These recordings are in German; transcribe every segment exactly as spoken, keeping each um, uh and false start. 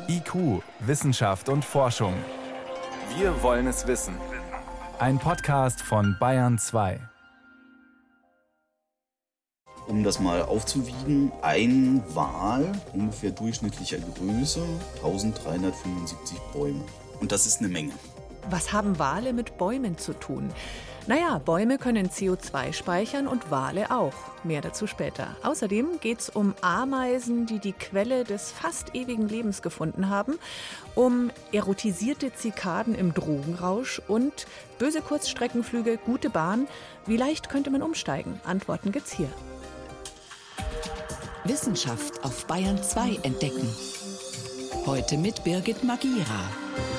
I Q, Wissenschaft und Forschung. Wir wollen es wissen. Ein Podcast von Bayern zwei. Um das mal aufzuwiegen, ein Wal, ungefähr durchschnittlicher Größe, eintausenddreihundertfünfundsiebzig Bäume. Und das ist eine Menge. Was haben Wale mit Bäumen zu tun? Naja, Bäume können C O zwei speichern und Wale auch. Mehr dazu später. Außerdem geht es um Ameisen, die die Quelle des fast ewigen Lebens gefunden haben, um erotisierte Zikaden im Drogenrausch und böse Kurzstreckenflüge, gute Bahn. Wie leicht könnte man umsteigen? Antworten gibt's hier. Wissenschaft auf Bayern zwei entdecken. Heute mit Birgit Magira.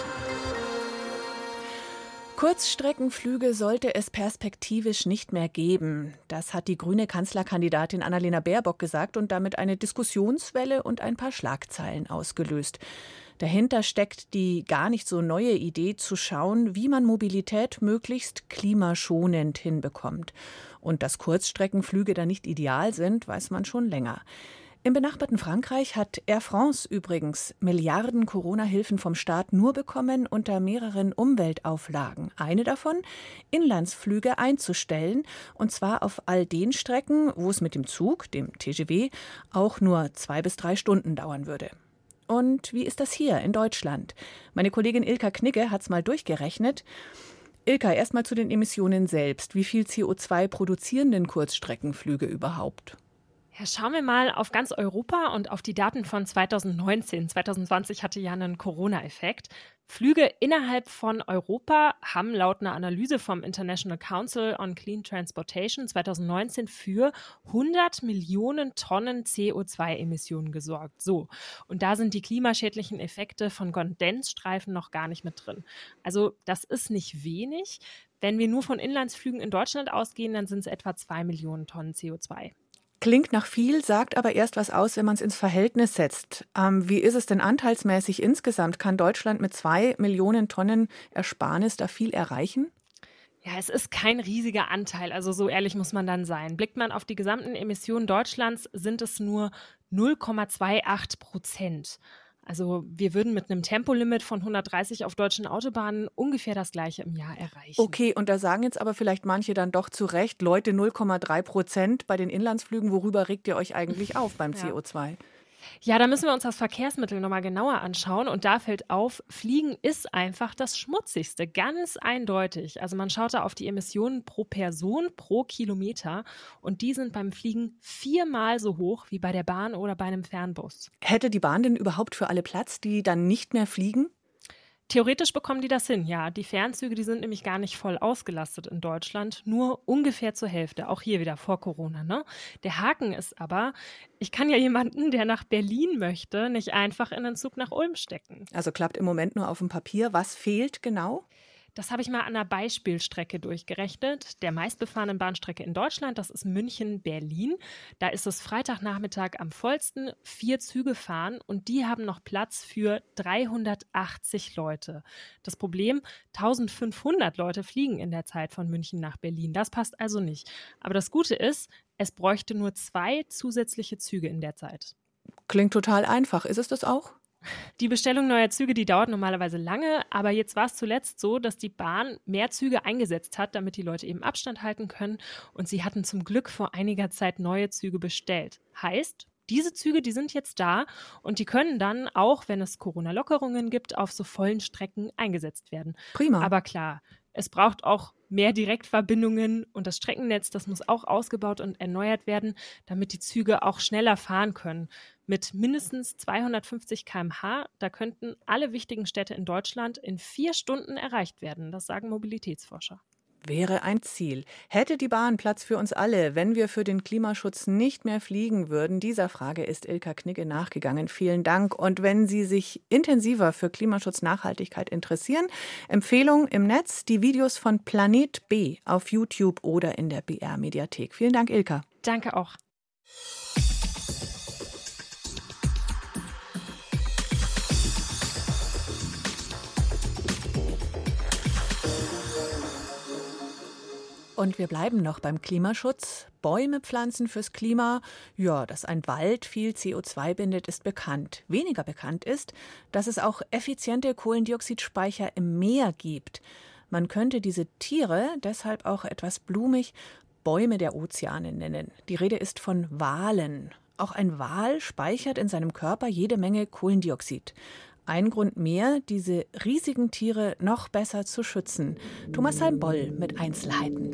Kurzstreckenflüge sollte es perspektivisch nicht mehr geben. Das hat die grüne Kanzlerkandidatin Annalena Baerbock gesagt und damit eine Diskussionswelle und ein paar Schlagzeilen ausgelöst. Dahinter steckt die gar nicht so neue Idee zu schauen, wie man Mobilität möglichst klimaschonend hinbekommt. Und dass Kurzstreckenflüge da nicht ideal sind, weiß man schon länger. Im benachbarten Frankreich hat Air France übrigens Milliarden Corona-Hilfen vom Staat nur bekommen unter mehreren Umweltauflagen. Eine davon, Inlandsflüge einzustellen, und zwar auf all den Strecken, wo es mit dem Zug, dem T G V, auch nur zwei bis drei Stunden dauern würde. Und wie ist das hier in Deutschland? Meine Kollegin Ilka Knigge hat es mal durchgerechnet. Ilka, erst mal zu den Emissionen selbst. Wie viel C O zwei produzieren denn Kurzstreckenflüge überhaupt? Ja, schauen wir mal auf ganz Europa und auf die Daten von zweitausendneunzehn. zweitausendzwanzig hatte ja einen Corona-Effekt. Flüge innerhalb von Europa haben laut einer Analyse vom International Council on Clean Transportation zweitausendneunzehn für hundert Millionen Tonnen C O zwei Emissionen gesorgt. So, und da sind die klimaschädlichen Effekte von Kondensstreifen noch gar nicht mit drin. Also das ist nicht wenig. Wenn wir nur von Inlandsflügen in Deutschland ausgehen, dann sind es etwa zwei Millionen Tonnen C O zwei. Klingt nach viel, sagt aber erst was aus, wenn man es ins Verhältnis setzt. Ähm, wie ist es denn anteilsmäßig insgesamt? Kann Deutschland mit zwei Millionen Tonnen Ersparnis da viel erreichen? Ja, es ist kein riesiger Anteil, also so ehrlich muss man dann sein. Blickt man auf die gesamten Emissionen Deutschlands, sind es nur null Komma achtundzwanzig Prozent. Also wir würden mit einem Tempolimit von hundertdreißig auf deutschen Autobahnen ungefähr das Gleiche im Jahr erreichen. Okay, und da sagen jetzt aber vielleicht manche dann doch zu Recht, Leute, null Komma drei Prozent bei den Inlandsflügen, worüber regt ihr euch eigentlich auf beim ja. C O zwei? Ja, da müssen wir uns das Verkehrsmittel nochmal genauer anschauen und da fällt auf, Fliegen ist einfach das Schmutzigste, ganz eindeutig. Also man schaut da auf die Emissionen pro Person, pro Kilometer und die sind beim Fliegen viermal so hoch wie bei der Bahn oder bei einem Fernbus. Hätte die Bahn denn überhaupt für alle Platz, die dann nicht mehr fliegen? Theoretisch bekommen die das hin, ja. Die Fernzüge, die sind nämlich gar nicht voll ausgelastet in Deutschland, nur ungefähr zur Hälfte, auch hier wieder vor Corona, ne? Der Haken ist aber, ich kann ja jemanden, der nach Berlin möchte, nicht einfach in den Zug nach Ulm stecken. Also klappt im Moment nur auf dem Papier. Was fehlt genau? Das habe ich mal an einer Beispielstrecke durchgerechnet, der meistbefahrenen Bahnstrecke in Deutschland, das ist München-Berlin. Da ist es Freitagnachmittag am vollsten, vier Züge fahren und die haben noch Platz für dreihundertachtzig Leute. Das Problem, eintausendfünfhundert Leute fliegen in der Zeit von München nach Berlin. Das passt also nicht. Aber das Gute ist, es bräuchte nur zwei zusätzliche Züge in der Zeit. Klingt total einfach. Ist es das auch? Die Bestellung neuer Züge, die dauert normalerweise lange, aber jetzt war es zuletzt so, dass die Bahn mehr Züge eingesetzt hat, damit die Leute eben Abstand halten können und sie hatten zum Glück vor einiger Zeit neue Züge bestellt. Heißt, diese Züge, die sind jetzt da und die können dann, auch wenn es Corona-Lockerungen gibt, auf so vollen Strecken eingesetzt werden. Prima. Aber klar, es braucht auch mehr Direktverbindungen und das Streckennetz, das muss auch ausgebaut und erneuert werden, damit die Züge auch schneller fahren können. Mit mindestens zweihundertfünfzig Kilometer pro Stunde, da könnten alle wichtigen Städte in Deutschland in vier Stunden erreicht werden. Das sagen Mobilitätsforscher. Wäre ein Ziel. Hätte die Bahn Platz für uns alle, wenn wir für den Klimaschutz nicht mehr fliegen würden? Dieser Frage ist Ilka Knigge nachgegangen. Vielen Dank. Und wenn Sie sich intensiver für Klimaschutz, Nachhaltigkeit interessieren, Empfehlung im Netz, die Videos von Planet B auf YouTube oder in der B R-Mediathek. Vielen Dank, Ilka. Danke auch. Und wir bleiben noch beim Klimaschutz. Bäume pflanzen fürs Klima? Ja, dass ein Wald viel C O zwei bindet, ist bekannt. Weniger bekannt ist, dass es auch effiziente Kohlendioxidspeicher im Meer gibt. Man könnte diese Tiere deshalb auch etwas blumig Bäume der Ozeane nennen. Die Rede ist von Walen. Auch ein Wal speichert in seinem Körper jede Menge Kohlendioxid. Ein Grund mehr, diese riesigen Tiere noch besser zu schützen. Thomas Salm-Boll mit Einzelheiten.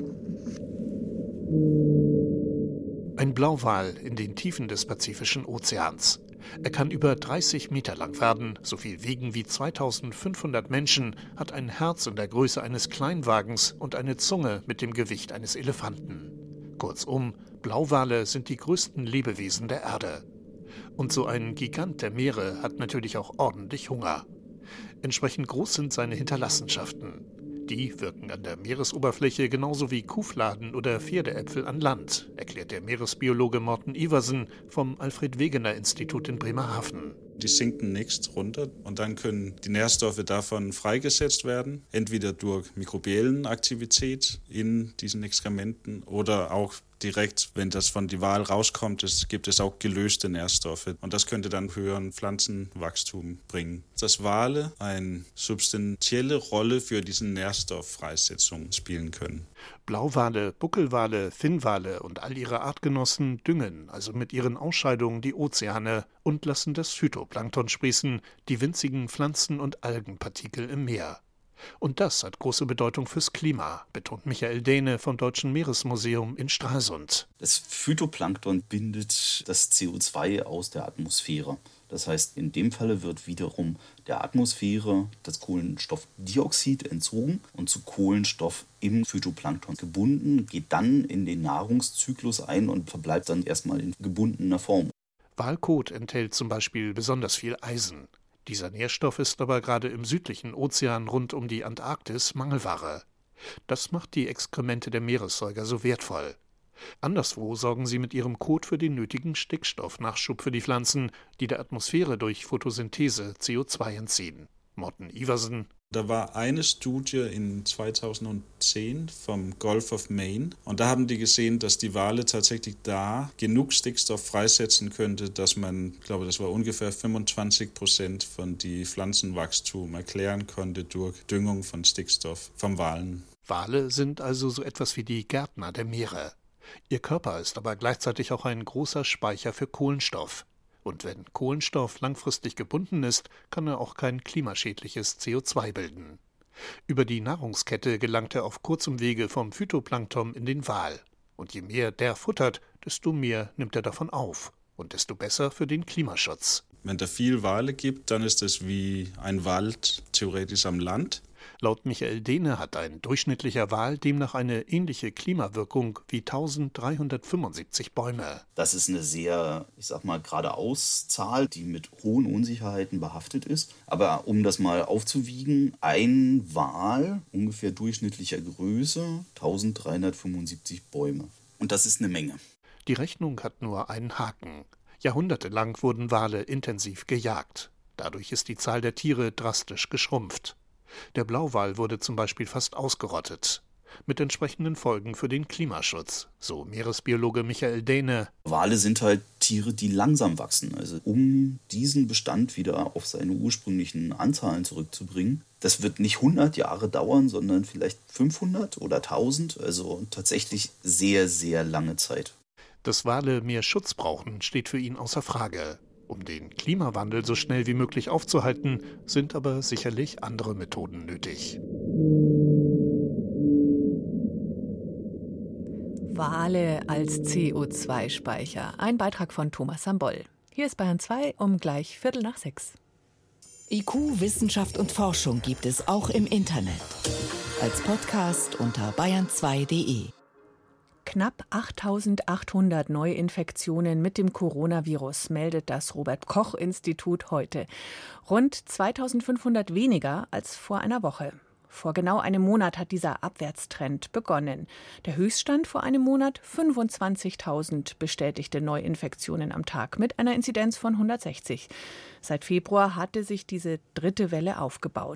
Ein Blauwal in den Tiefen des Pazifischen Ozeans. Er kann über dreißig Meter lang werden, so viel wiegen wie zweitausendfünfhundert Menschen, hat ein Herz in der Größe eines Kleinwagens und eine Zunge mit dem Gewicht eines Elefanten. Kurzum, Blauwale sind die größten Lebewesen der Erde. Und so ein Gigant der Meere hat natürlich auch ordentlich Hunger. Entsprechend groß sind seine Hinterlassenschaften. Die wirken an der Meeresoberfläche genauso wie Kuhfladen oder Pferdeäpfel an Land, erklärt der Meeresbiologe Morten Iversen vom Alfred-Wegener-Institut in Bremerhaven. Die sinken nichts runter und dann können die Nährstoffe davon freigesetzt werden, entweder durch mikrobiellen Aktivität in diesen Exkrementen oder auch direkt, wenn das von die Wal rauskommt, es gibt es auch gelöste Nährstoffe und das könnte dann höheren Pflanzenwachstum bringen. Dass Wale eine substanzielle Rolle für diese Nährstofffreisetzung spielen können. Blauwale, Buckelwale, Finnwale und all ihre Artgenossen düngen, also mit ihren Ausscheidungen, die Ozeane und lassen das Phytoplankton sprießen, die winzigen Pflanzen- und Algenpartikel im Meer. Und das hat große Bedeutung fürs Klima, betont Michael Dehne vom Deutschen Meeresmuseum in Stralsund. Das Phytoplankton bindet das C O zwei aus der Atmosphäre. Das heißt, in dem Falle wird wiederum der Atmosphäre das Kohlenstoffdioxid entzogen und zu Kohlenstoff im Phytoplankton gebunden, geht dann in den Nahrungszyklus ein und verbleibt dann erstmal in gebundener Form. Walkot enthält zum Beispiel besonders viel Eisen. Dieser Nährstoff ist aber gerade im südlichen Ozean rund um die Antarktis Mangelware. Das macht die Exkremente der Meeressäuger so wertvoll. Anderswo sorgen sie mit ihrem Kot für den nötigen Stickstoffnachschub für die Pflanzen, die der Atmosphäre durch Photosynthese C O zwei entziehen. Morten Iversen. Da war eine Studie in zweitausendzehn vom Gulf of Maine und da haben die gesehen, dass die Wale tatsächlich da genug Stickstoff freisetzen könnte, dass man, ich glaube, das war ungefähr fünfundzwanzig Prozent von die Pflanzenwachstum erklären konnte durch Düngung von Stickstoff vom Walen. Wale sind also so etwas wie die Gärtner der Meere. Ihr Körper ist aber gleichzeitig auch ein großer Speicher für Kohlenstoff. Und wenn Kohlenstoff langfristig gebunden ist, kann er auch kein klimaschädliches C O zwei bilden. Über die Nahrungskette gelangt er auf kurzem Wege vom Phytoplankton in den Wal. Und je mehr der futtert, desto mehr nimmt er davon auf. Und desto besser für den Klimaschutz. Wenn da viel Wale gibt, dann ist es wie ein Wald theoretisch am Land. Laut Michael Dehne hat ein durchschnittlicher Wal demnach eine ähnliche Klimawirkung wie eintausenddreihundertfünfundsiebzig Bäume. Das ist eine sehr, ich sag mal, geradeaus Zahl, die mit hohen Unsicherheiten behaftet ist. Aber um das mal aufzuwiegen, ein Wal ungefähr durchschnittlicher Größe, eintausenddreihundertfünfundsiebzig Bäume. Und das ist eine Menge. Die Rechnung hat nur einen Haken. Jahrhundertelang wurden Wale intensiv gejagt. Dadurch ist die Zahl der Tiere drastisch geschrumpft. Der Blauwal wurde zum Beispiel fast ausgerottet. Mit entsprechenden Folgen für den Klimaschutz, so Meeresbiologe Michael Dehne. Wale sind halt Tiere, die langsam wachsen. Also um diesen Bestand wieder auf seine ursprünglichen Anzahlen zurückzubringen, das wird nicht hundert Jahre dauern, sondern vielleicht fünfhundert oder tausend. Also tatsächlich sehr, sehr lange Zeit. Dass Wale mehr Schutz brauchen, steht für ihn außer Frage. Um den Klimawandel so schnell wie möglich aufzuhalten, sind aber sicherlich andere Methoden nötig. Wale als C O zwei Speicher. Ein Beitrag von Thomas Salm-Boll. Hier ist Bayern zwei um gleich Viertel nach sechs. I Q, Wissenschaft und Forschung gibt es auch im Internet. Als Podcast unter bayern zwei punkt de. Knapp achttausendachthundert Neuinfektionen mit dem Coronavirus meldet das Robert-Koch-Institut heute. Rund zweitausendfünfhundert weniger als vor einer Woche. Vor genau einem Monat hat dieser Abwärtstrend begonnen. Der Höchststand vor einem Monat fünfundzwanzigtausend bestätigte Neuinfektionen am Tag mit einer Inzidenz von hundertsechzig. Seit Februar hatte sich diese dritte Welle aufgebaut.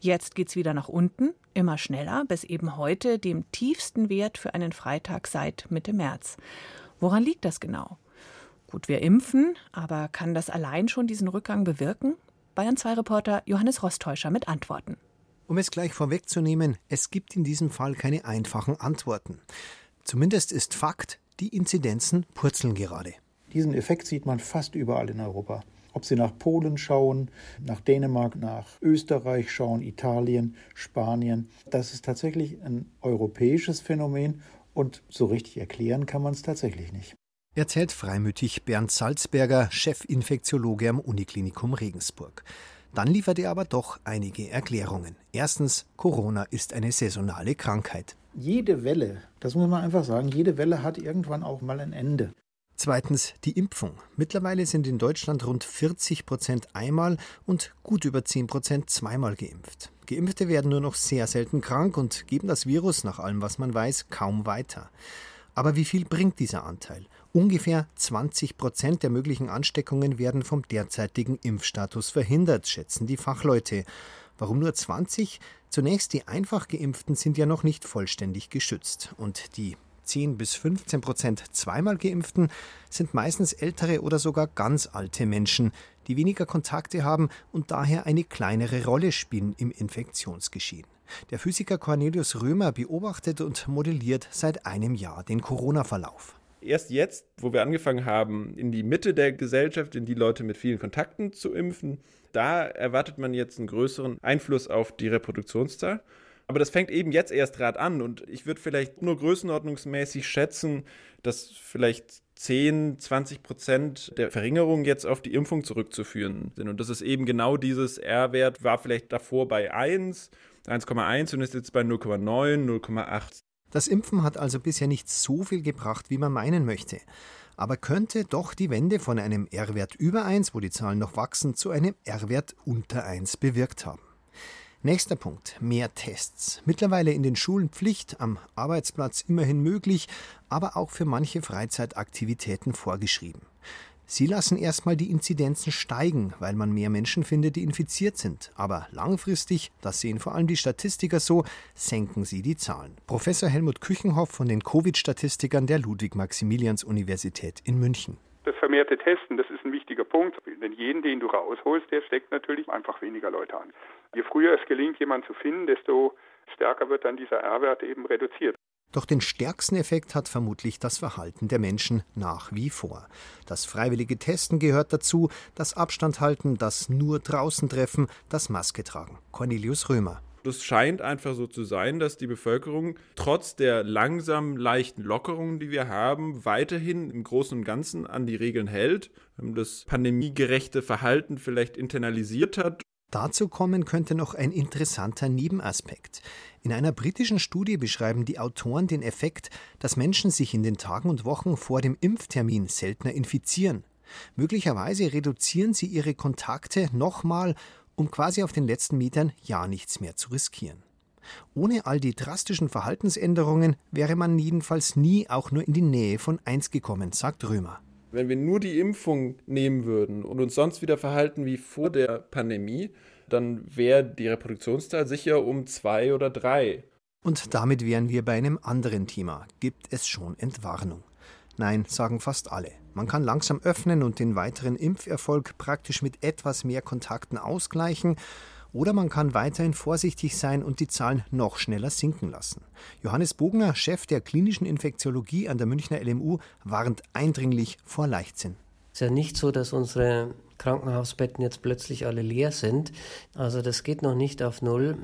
Jetzt geht's wieder nach unten, immer schneller, bis eben heute dem tiefsten Wert für einen Freitag seit Mitte März. Woran liegt das genau? Gut, wir impfen, aber kann das allein schon diesen Rückgang bewirken? Bayern zwei Reporter Johannes Rostäuscher mit Antworten. Um es gleich vorwegzunehmen, es gibt in diesem Fall keine einfachen Antworten. Zumindest ist Fakt, die Inzidenzen purzeln gerade. Diesen Effekt sieht man fast überall in Europa. Ob Sie nach Polen schauen, nach Dänemark, nach Österreich schauen, Italien, Spanien. Das ist tatsächlich ein europäisches Phänomen und so richtig erklären kann man es tatsächlich nicht. Erzählt freimütig Bernd Salzberger, Chefinfektiologe am Uniklinikum Regensburg. Dann liefert er aber doch einige Erklärungen. Erstens, Corona ist eine saisonale Krankheit. Jede Welle, das muss man einfach sagen, jede Welle hat irgendwann auch mal ein Ende. Zweitens, die Impfung. Mittlerweile sind in Deutschland rund vierzig Prozent einmal und gut über zehn Prozent zweimal geimpft. Geimpfte werden nur noch sehr selten krank und geben das Virus, nach allem was man weiß, kaum weiter. Aber wie viel bringt dieser Anteil? Ungefähr zwanzig Prozent der möglichen Ansteckungen werden vom derzeitigen Impfstatus verhindert, schätzen die Fachleute. Warum nur zwanzig? Zunächst, die einfach Geimpften sind ja noch nicht vollständig geschützt. Und die zehn bis fünfzehn Prozent zweimal Geimpften sind meistens ältere oder sogar ganz alte Menschen, die weniger Kontakte haben und daher eine kleinere Rolle spielen im Infektionsgeschehen. Der Physiker Cornelius Römer beobachtet und modelliert seit einem Jahr den Corona-Verlauf. Erst jetzt, wo wir angefangen haben, in die Mitte der Gesellschaft, in die Leute mit vielen Kontakten zu impfen, da erwartet man jetzt einen größeren Einfluss auf die Reproduktionszahl. Aber das fängt eben jetzt erst gerade an und ich würde vielleicht nur größenordnungsmäßig schätzen, dass vielleicht zehn, zwanzig Prozent der Verringerung jetzt auf die Impfung zurückzuführen sind. Und das ist eben genau dieses R-Wert, war vielleicht davor bei eins, eins Komma eins und ist jetzt bei null Komma neun, null Komma acht. Das Impfen hat also bisher nicht so viel gebracht, wie man meinen möchte. Aber könnte doch die Wende von einem R-Wert über eins, wo die Zahlen noch wachsen, zu einem R-Wert unter eins bewirkt haben. Nächster Punkt, mehr Tests. Mittlerweile in den Schulen Pflicht, am Arbeitsplatz immerhin möglich, aber auch für manche Freizeitaktivitäten vorgeschrieben. Sie lassen erstmal die Inzidenzen steigen, weil man mehr Menschen findet, die infiziert sind. Aber langfristig, das sehen vor allem die Statistiker so, senken sie die Zahlen. Professor Helmut Küchenhoff von den Covid-Statistikern der Ludwig-Maximilians-Universität in München. Das vermehrte Testen, das ist ein wichtiger Punkt. Denn jeden, den du rausholst, der steckt natürlich einfach weniger Leute an. Je früher es gelingt, jemanden zu finden, desto stärker wird dann dieser R-Wert eben reduziert. Doch den stärksten Effekt hat vermutlich das Verhalten der Menschen nach wie vor. Das freiwillige Testen gehört dazu, das Abstand halten, das nur draußen treffen, das Maske tragen. Cornelius Römer. Es scheint einfach so zu sein, dass die Bevölkerung trotz der langsam leichten Lockerungen, die wir haben, weiterhin im Großen und Ganzen an die Regeln hält, das pandemiegerechte Verhalten vielleicht internalisiert hat. Dazu kommen könnte noch ein interessanter Nebenaspekt. In einer britischen Studie beschreiben die Autoren den Effekt, dass Menschen sich in den Tagen und Wochen vor dem Impftermin seltener infizieren. Möglicherweise reduzieren sie ihre Kontakte nochmal, um quasi auf den letzten Metern ja nichts mehr zu riskieren. Ohne all die drastischen Verhaltensänderungen wäre man jedenfalls nie auch nur in die Nähe von eins gekommen, sagt Römer. Wenn wir nur die Impfung nehmen würden und uns sonst wieder verhalten wie vor der Pandemie, dann wäre die Reproduktionszahl sicher um zwei oder drei. Und damit wären wir bei einem anderen Thema. Gibt es schon Entwarnung? Nein, sagen fast alle. Man kann langsam öffnen und den weiteren Impferfolg praktisch mit etwas mehr Kontakten ausgleichen. Oder man kann weiterhin vorsichtig sein und die Zahlen noch schneller sinken lassen. Johannes Bogner, Chef der klinischen Infektiologie an der Münchner L M U, warnt eindringlich vor Leichtsinn. Es ist ja nicht so, dass unsere Krankenhausbetten jetzt plötzlich alle leer sind. Also das geht noch nicht auf Null.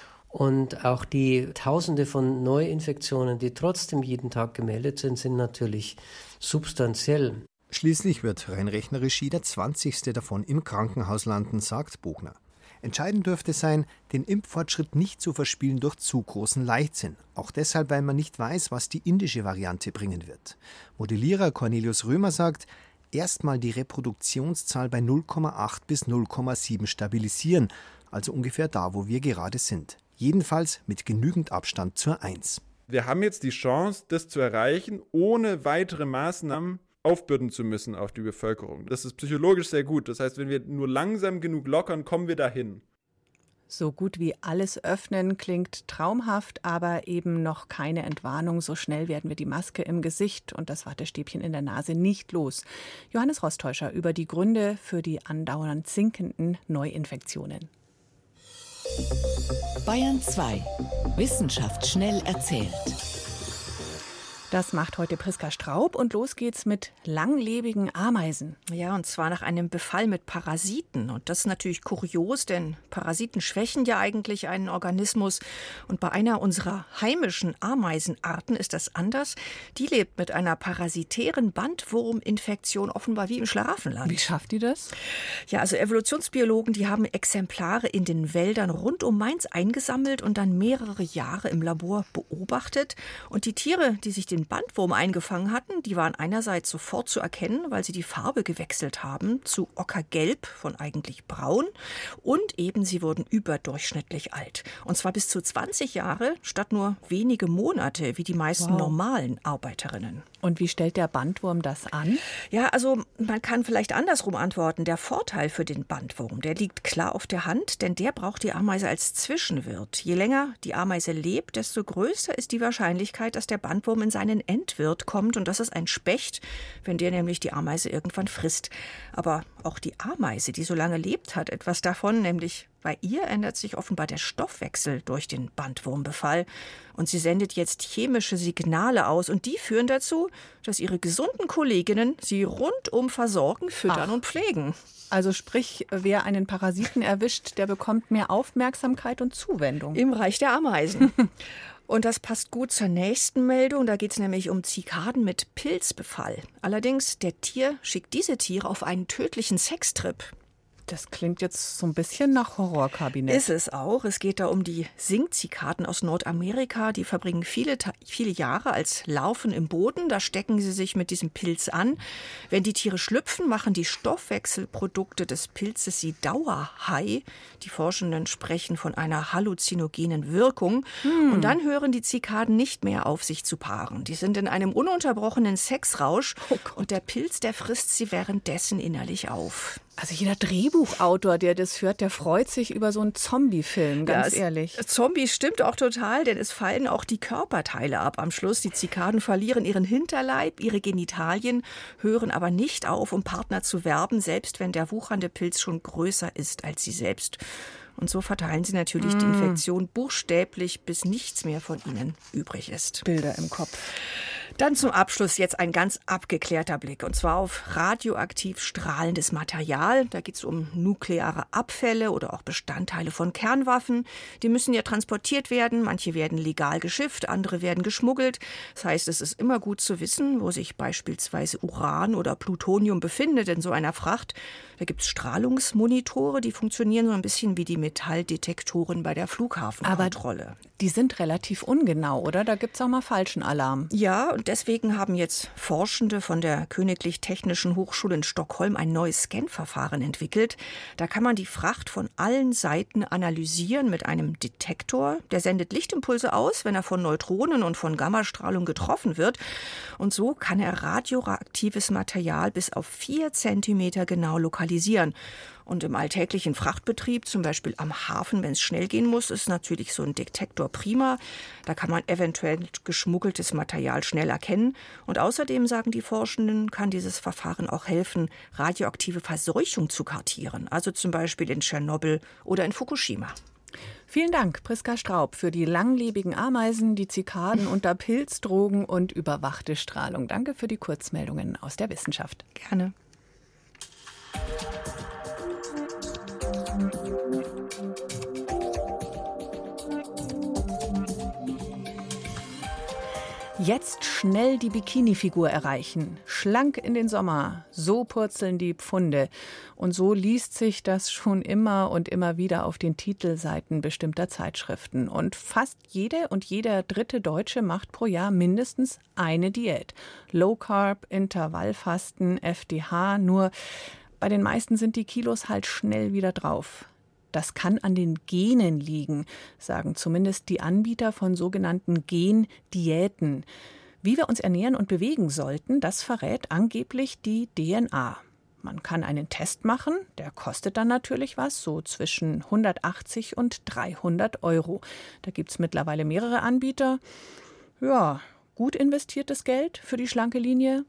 Und auch die Tausende von Neuinfektionen, die trotzdem jeden Tag gemeldet sind, sind natürlich substanziell. Schließlich wird rein rechnerisch jeder zwanzigste davon im Krankenhaus landen, sagt Bogner. Entscheidend dürfte sein, den Impffortschritt nicht zu verspielen durch zu großen Leichtsinn. Auch deshalb, weil man nicht weiß, was die indische Variante bringen wird. Modellierer Cornelius Römer sagt, erstmal die Reproduktionszahl bei null Komma acht bis null Komma sieben stabilisieren, also ungefähr da, wo wir gerade sind. Jedenfalls mit genügend Abstand zur eins. Wir haben jetzt die Chance, das zu erreichen, ohne weitere Maßnahmen aufbürden zu müssen auf die Bevölkerung. Das ist psychologisch sehr gut. Das heißt, wenn wir nur langsam genug lockern, kommen wir dahin. So gut wie alles öffnen klingt traumhaft, aber eben noch keine Entwarnung. So schnell werden wir die Maske im Gesicht und das Wattestäbchen in der Nase nicht los. Johannes Rostäuscher über die Gründe für die andauernd sinkenden Neuinfektionen. Bayern zwei. Wissenschaft schnell erzählt. Das macht heute Priska Straub und los geht's mit langlebigen Ameisen. Ja, und zwar nach einem Befall mit Parasiten. Und das ist natürlich kurios, denn Parasiten schwächen ja eigentlich einen Organismus. Und bei einer unserer heimischen Ameisenarten ist das anders. Die lebt mit einer parasitären Bandwurminfektion offenbar wie im Schlaraffenland. Wie schafft die das? Ja, also Evolutionsbiologen, die haben Exemplare in den Wäldern rund um Mainz eingesammelt und dann mehrere Jahre im Labor beobachtet. Und die Tiere, die sich den Bandwurm eingefangen hatten, die waren einerseits sofort zu erkennen, weil sie die Farbe gewechselt haben zu ockergelb von eigentlich braun und eben sie wurden überdurchschnittlich alt. Und zwar bis zu zwanzig Jahre statt nur wenige Monate wie die meisten wow. normalen Arbeiterinnen. Und wie stellt der Bandwurm das an? Ja, also man kann vielleicht andersrum antworten. Der Vorteil für den Bandwurm, der liegt klar auf der Hand, denn der braucht die Ameise als Zwischenwirt. Je länger die Ameise lebt, desto größer ist die Wahrscheinlichkeit, dass der Bandwurm in seinen Endwirt kommt. Und das ist ein Specht, wenn der nämlich die Ameise irgendwann frisst. Aber auch die Ameise, die so lange lebt, hat etwas davon, nämlich bei ihr ändert sich offenbar der Stoffwechsel durch den Bandwurmbefall. Und sie sendet jetzt chemische Signale aus. Und die führen dazu, dass ihre gesunden Kolleginnen sie rundum versorgen, füttern Ach. und pflegen. Also sprich, wer einen Parasiten erwischt, der bekommt mehr Aufmerksamkeit und Zuwendung. Im Reich der Ameisen. Und das passt gut zur nächsten Meldung. Da geht es nämlich um Zikaden mit Pilzbefall. Allerdings, der Tier schickt diese Tiere auf einen tödlichen Sextrip. Das klingt jetzt so ein bisschen nach Horrorkabinett. Ist es auch. Es geht da um die Singzikaden aus Nordamerika. Die verbringen viele, viele Jahre als Larven im Boden. Da stecken sie sich mit diesem Pilz an. Wenn die Tiere schlüpfen, machen die Stoffwechselprodukte des Pilzes sie dauerhigh. Die Forschenden sprechen von einer halluzinogenen Wirkung. Hm. Und dann hören die Zikaden nicht mehr auf, sich zu paaren. Die sind in einem ununterbrochenen Sexrausch. Oh und der Pilz, der frisst sie währenddessen innerlich auf. Also jeder Drehbuchautor, der das hört, der freut sich über so einen Zombie-Film, ganz ja, ehrlich. Zombie stimmt auch total, denn es fallen auch die Körperteile ab am Schluss. Die Zikaden verlieren ihren Hinterleib, ihre Genitalien, hören aber nicht auf, um Partner zu werben, selbst wenn der wuchernde Pilz schon größer ist als sie selbst. Und so verteilen sie natürlich mm. die Infektion buchstäblich, bis nichts mehr von ihnen übrig ist. Bilder im Kopf. Dann zum Abschluss jetzt ein ganz abgeklärter Blick, und zwar auf radioaktiv strahlendes Material. Da geht es um nukleare Abfälle oder auch Bestandteile von Kernwaffen. Die müssen ja transportiert werden. Manche werden legal geschifft, andere werden geschmuggelt. Das heißt, es ist immer gut zu wissen, wo sich beispielsweise Uran oder Plutonium befindet in so einer Fracht. Da gibt es Strahlungsmonitore, die funktionieren so ein bisschen wie die Metalldetektoren bei der Flughafenkontrolle. Aber die sind relativ ungenau, oder? Da gibt es auch mal falschen Alarm. Ja, und deswegen haben jetzt Forschende von der Königlich Technischen Hochschule in Stockholm ein neues Scanverfahren entwickelt. Da kann man die Fracht von allen Seiten analysieren mit einem Detektor. Der sendet Lichtimpulse aus, wenn er von Neutronen und von Gammastrahlung getroffen wird. Und so kann er radioaktives Material bis auf vier Zentimeter genau lokalisieren. Und im alltäglichen Frachtbetrieb, zum Beispiel am Hafen, wenn es schnell gehen muss, ist natürlich so ein Detektor prima. Da kann man eventuell geschmuggeltes Material schnell erkennen. Und außerdem, sagen die Forschenden, kann dieses Verfahren auch helfen, radioaktive Verseuchung zu kartieren. Also zum Beispiel in Tschernobyl oder in Fukushima. Vielen Dank, Priska Straub, für die langlebigen Ameisen, die Zikaden unter Pilzdrogen und überwachte Strahlung. Danke für die Kurzmeldungen aus der Wissenschaft. Gerne. Jetzt schnell die Bikini-Figur erreichen. Schlank in den Sommer. So purzeln die Pfunde. Und so liest sich das schon immer und immer wieder auf den Titelseiten bestimmter Zeitschriften. Und fast jede und jeder dritte Deutsche macht pro Jahr mindestens eine Diät. Low Carb, Intervallfasten, F D H. Nur bei den meisten sind die Kilos halt schnell wieder drauf. Das kann an den Genen liegen, sagen zumindest die Anbieter von sogenannten Gendiäten. Wie wir uns ernähren und bewegen sollten, das verrät angeblich die D N A. Man kann einen Test machen, der kostet dann natürlich was, so zwischen hundertachtzig und dreihundert Euro. Da gibt es mittlerweile mehrere Anbieter. Ja, gut investiertes Geld für die schlanke Linie.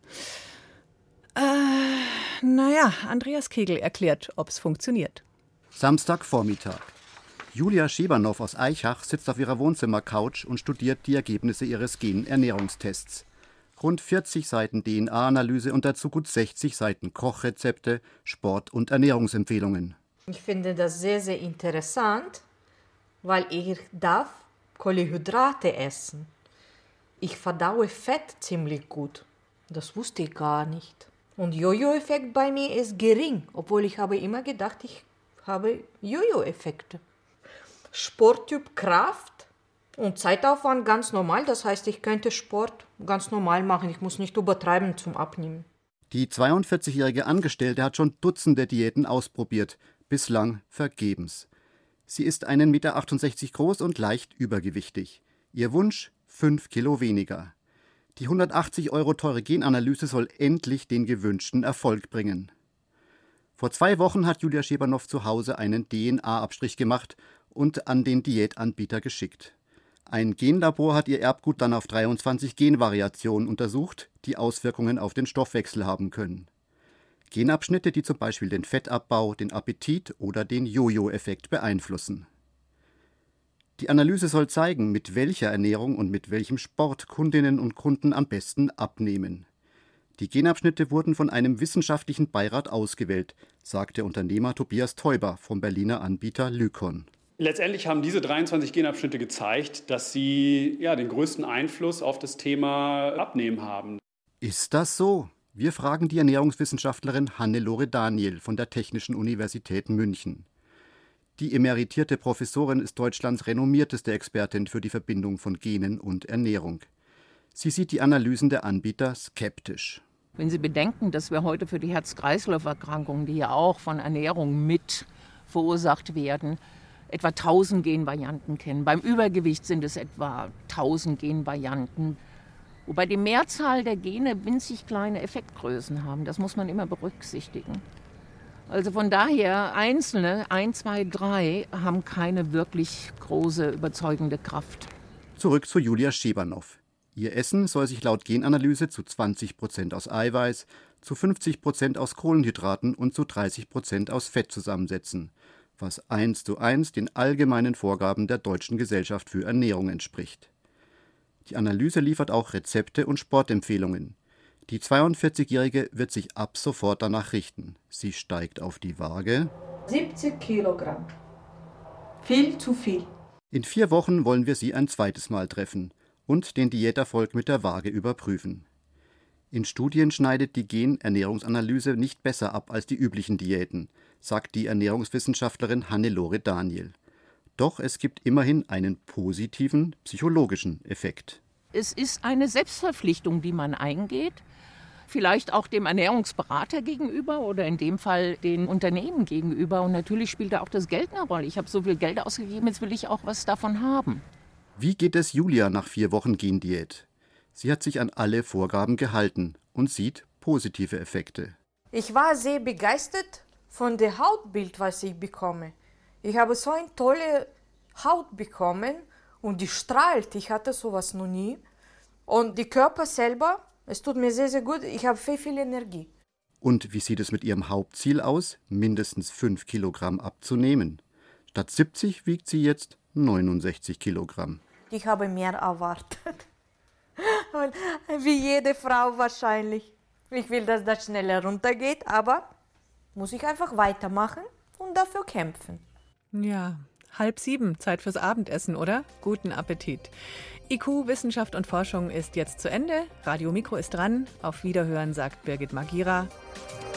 Äh, naja, Andreas Kegel erklärt, ob es funktioniert. Samstagvormittag. Julia Schebanow aus Aichach sitzt auf ihrer Wohnzimmercouch und studiert die Ergebnisse ihres Gen-Ernährungstests. Rund vierzig Seiten D N A-Analyse und dazu gut sechzig Seiten Kochrezepte, Sport- und Ernährungsempfehlungen. Ich finde das sehr, sehr interessant, weil ich darf Kohlenhydrate essen. Ich verdaue Fett ziemlich gut. Das wusste ich gar nicht. Und Jojo-Effekt bei mir ist gering, obwohl ich habe immer gedacht, ich habe Jojo-Effekte. Sporttyp Kraft und Zeitaufwand ganz normal. Das heißt, ich könnte Sport ganz normal machen. Ich muss nicht übertreiben zum Abnehmen. Die zweiundvierzigjährige Angestellte hat schon Dutzende Diäten ausprobiert, bislang vergebens. Sie ist einen Meter achtundsechzig groß und leicht übergewichtig. Ihr Wunsch? fünf Kilo weniger. Die hundertachtzig Euro teure Genanalyse soll endlich den gewünschten Erfolg bringen. Vor zwei Wochen hat Julia Schebanow zu Hause einen D N A-Abstrich gemacht und an den Diätanbieter geschickt. Ein Genlabor hat ihr Erbgut dann auf dreiundzwanzig Genvariationen untersucht, die Auswirkungen auf den Stoffwechsel haben können. Genabschnitte, die zum Beispiel den Fettabbau, den Appetit oder den Jojo-Effekt beeinflussen. Die Analyse soll zeigen, mit welcher Ernährung und mit welchem Sport Kundinnen und Kunden am besten abnehmen. Die Genabschnitte wurden von einem wissenschaftlichen Beirat ausgewählt, sagt der Unternehmer Tobias Teuber vom Berliner Anbieter Lykon. Letztendlich haben diese dreiundzwanzig Genabschnitte gezeigt, dass sie ja, den größten Einfluss auf das Thema Abnehmen haben. Ist das so? Wir fragen die Ernährungswissenschaftlerin Hannelore Daniel von der Technischen Universität München. Die emeritierte Professorin ist Deutschlands renommierteste Expertin für die Verbindung von Genen und Ernährung. Sie sieht die Analysen der Anbieter skeptisch. Wenn Sie bedenken, dass wir heute für die Herz-Kreislauf-Erkrankungen, die ja auch von Ernährung mit verursacht werden, etwa tausend Genvarianten kennen. Beim Übergewicht sind es etwa tausend Genvarianten. Wobei die Mehrzahl der Gene winzig kleine Effektgrößen haben. Das muss man immer berücksichtigen. Also von daher, einzelne, ein, zwei, drei, haben keine wirklich große, überzeugende Kraft. Zurück zu Julia Schebanow. Ihr Essen soll sich laut Genanalyse zu zwanzig Prozent aus Eiweiß, zu fünfzig Prozent aus Kohlenhydraten und zu dreißig Prozent aus Fett zusammensetzen, was eins zu eins den allgemeinen Vorgaben der Deutschen Gesellschaft für Ernährung entspricht. Die Analyse liefert auch Rezepte und Sportempfehlungen. Die zweiundvierzigjährige wird sich ab sofort danach richten. Sie steigt auf die Waage. siebzig Kilogramm. Viel zu viel. In vier Wochen wollen wir sie ein zweites Mal treffen und den Diäterfolg mit der Waage überprüfen. In Studien schneidet die Gen-Ernährungsanalyse nicht besser ab als die üblichen Diäten, sagt die Ernährungswissenschaftlerin Hannelore Daniel. Doch es gibt immerhin einen positiven psychologischen Effekt. Es ist eine Selbstverpflichtung, die man eingeht. Vielleicht auch dem Ernährungsberater gegenüber oder in dem Fall den Unternehmen gegenüber. Und natürlich spielt da auch das Geld eine Rolle. Ich habe so viel Geld ausgegeben, jetzt will ich auch was davon haben. Wie geht es Julia nach vier Wochen Gendiät? Sie hat sich an alle Vorgaben gehalten und sieht positive Effekte. Ich war sehr begeistert von dem Hautbild, was ich bekomme. Ich habe so eine tolle Haut bekommen und die strahlt. Ich hatte sowas noch nie. Und der Körper selber, es tut mir sehr, sehr gut. Ich habe viel, viel Energie. Und wie sieht es mit ihrem Hauptziel aus, mindestens fünf Kilogramm abzunehmen? Statt siebzig wiegt sie jetzt neunundsechzig Kilogramm. Ich habe mehr erwartet. Wie jede Frau wahrscheinlich. Ich will, dass das schneller runtergeht, aber muss ich einfach weitermachen und dafür kämpfen. Ja, halb sieben, Zeit fürs Abendessen, oder? Guten Appetit. I Q, Wissenschaft und Forschung ist jetzt zu Ende. Radio Mikro ist dran. Auf Wiederhören, sagt Birgit Magira.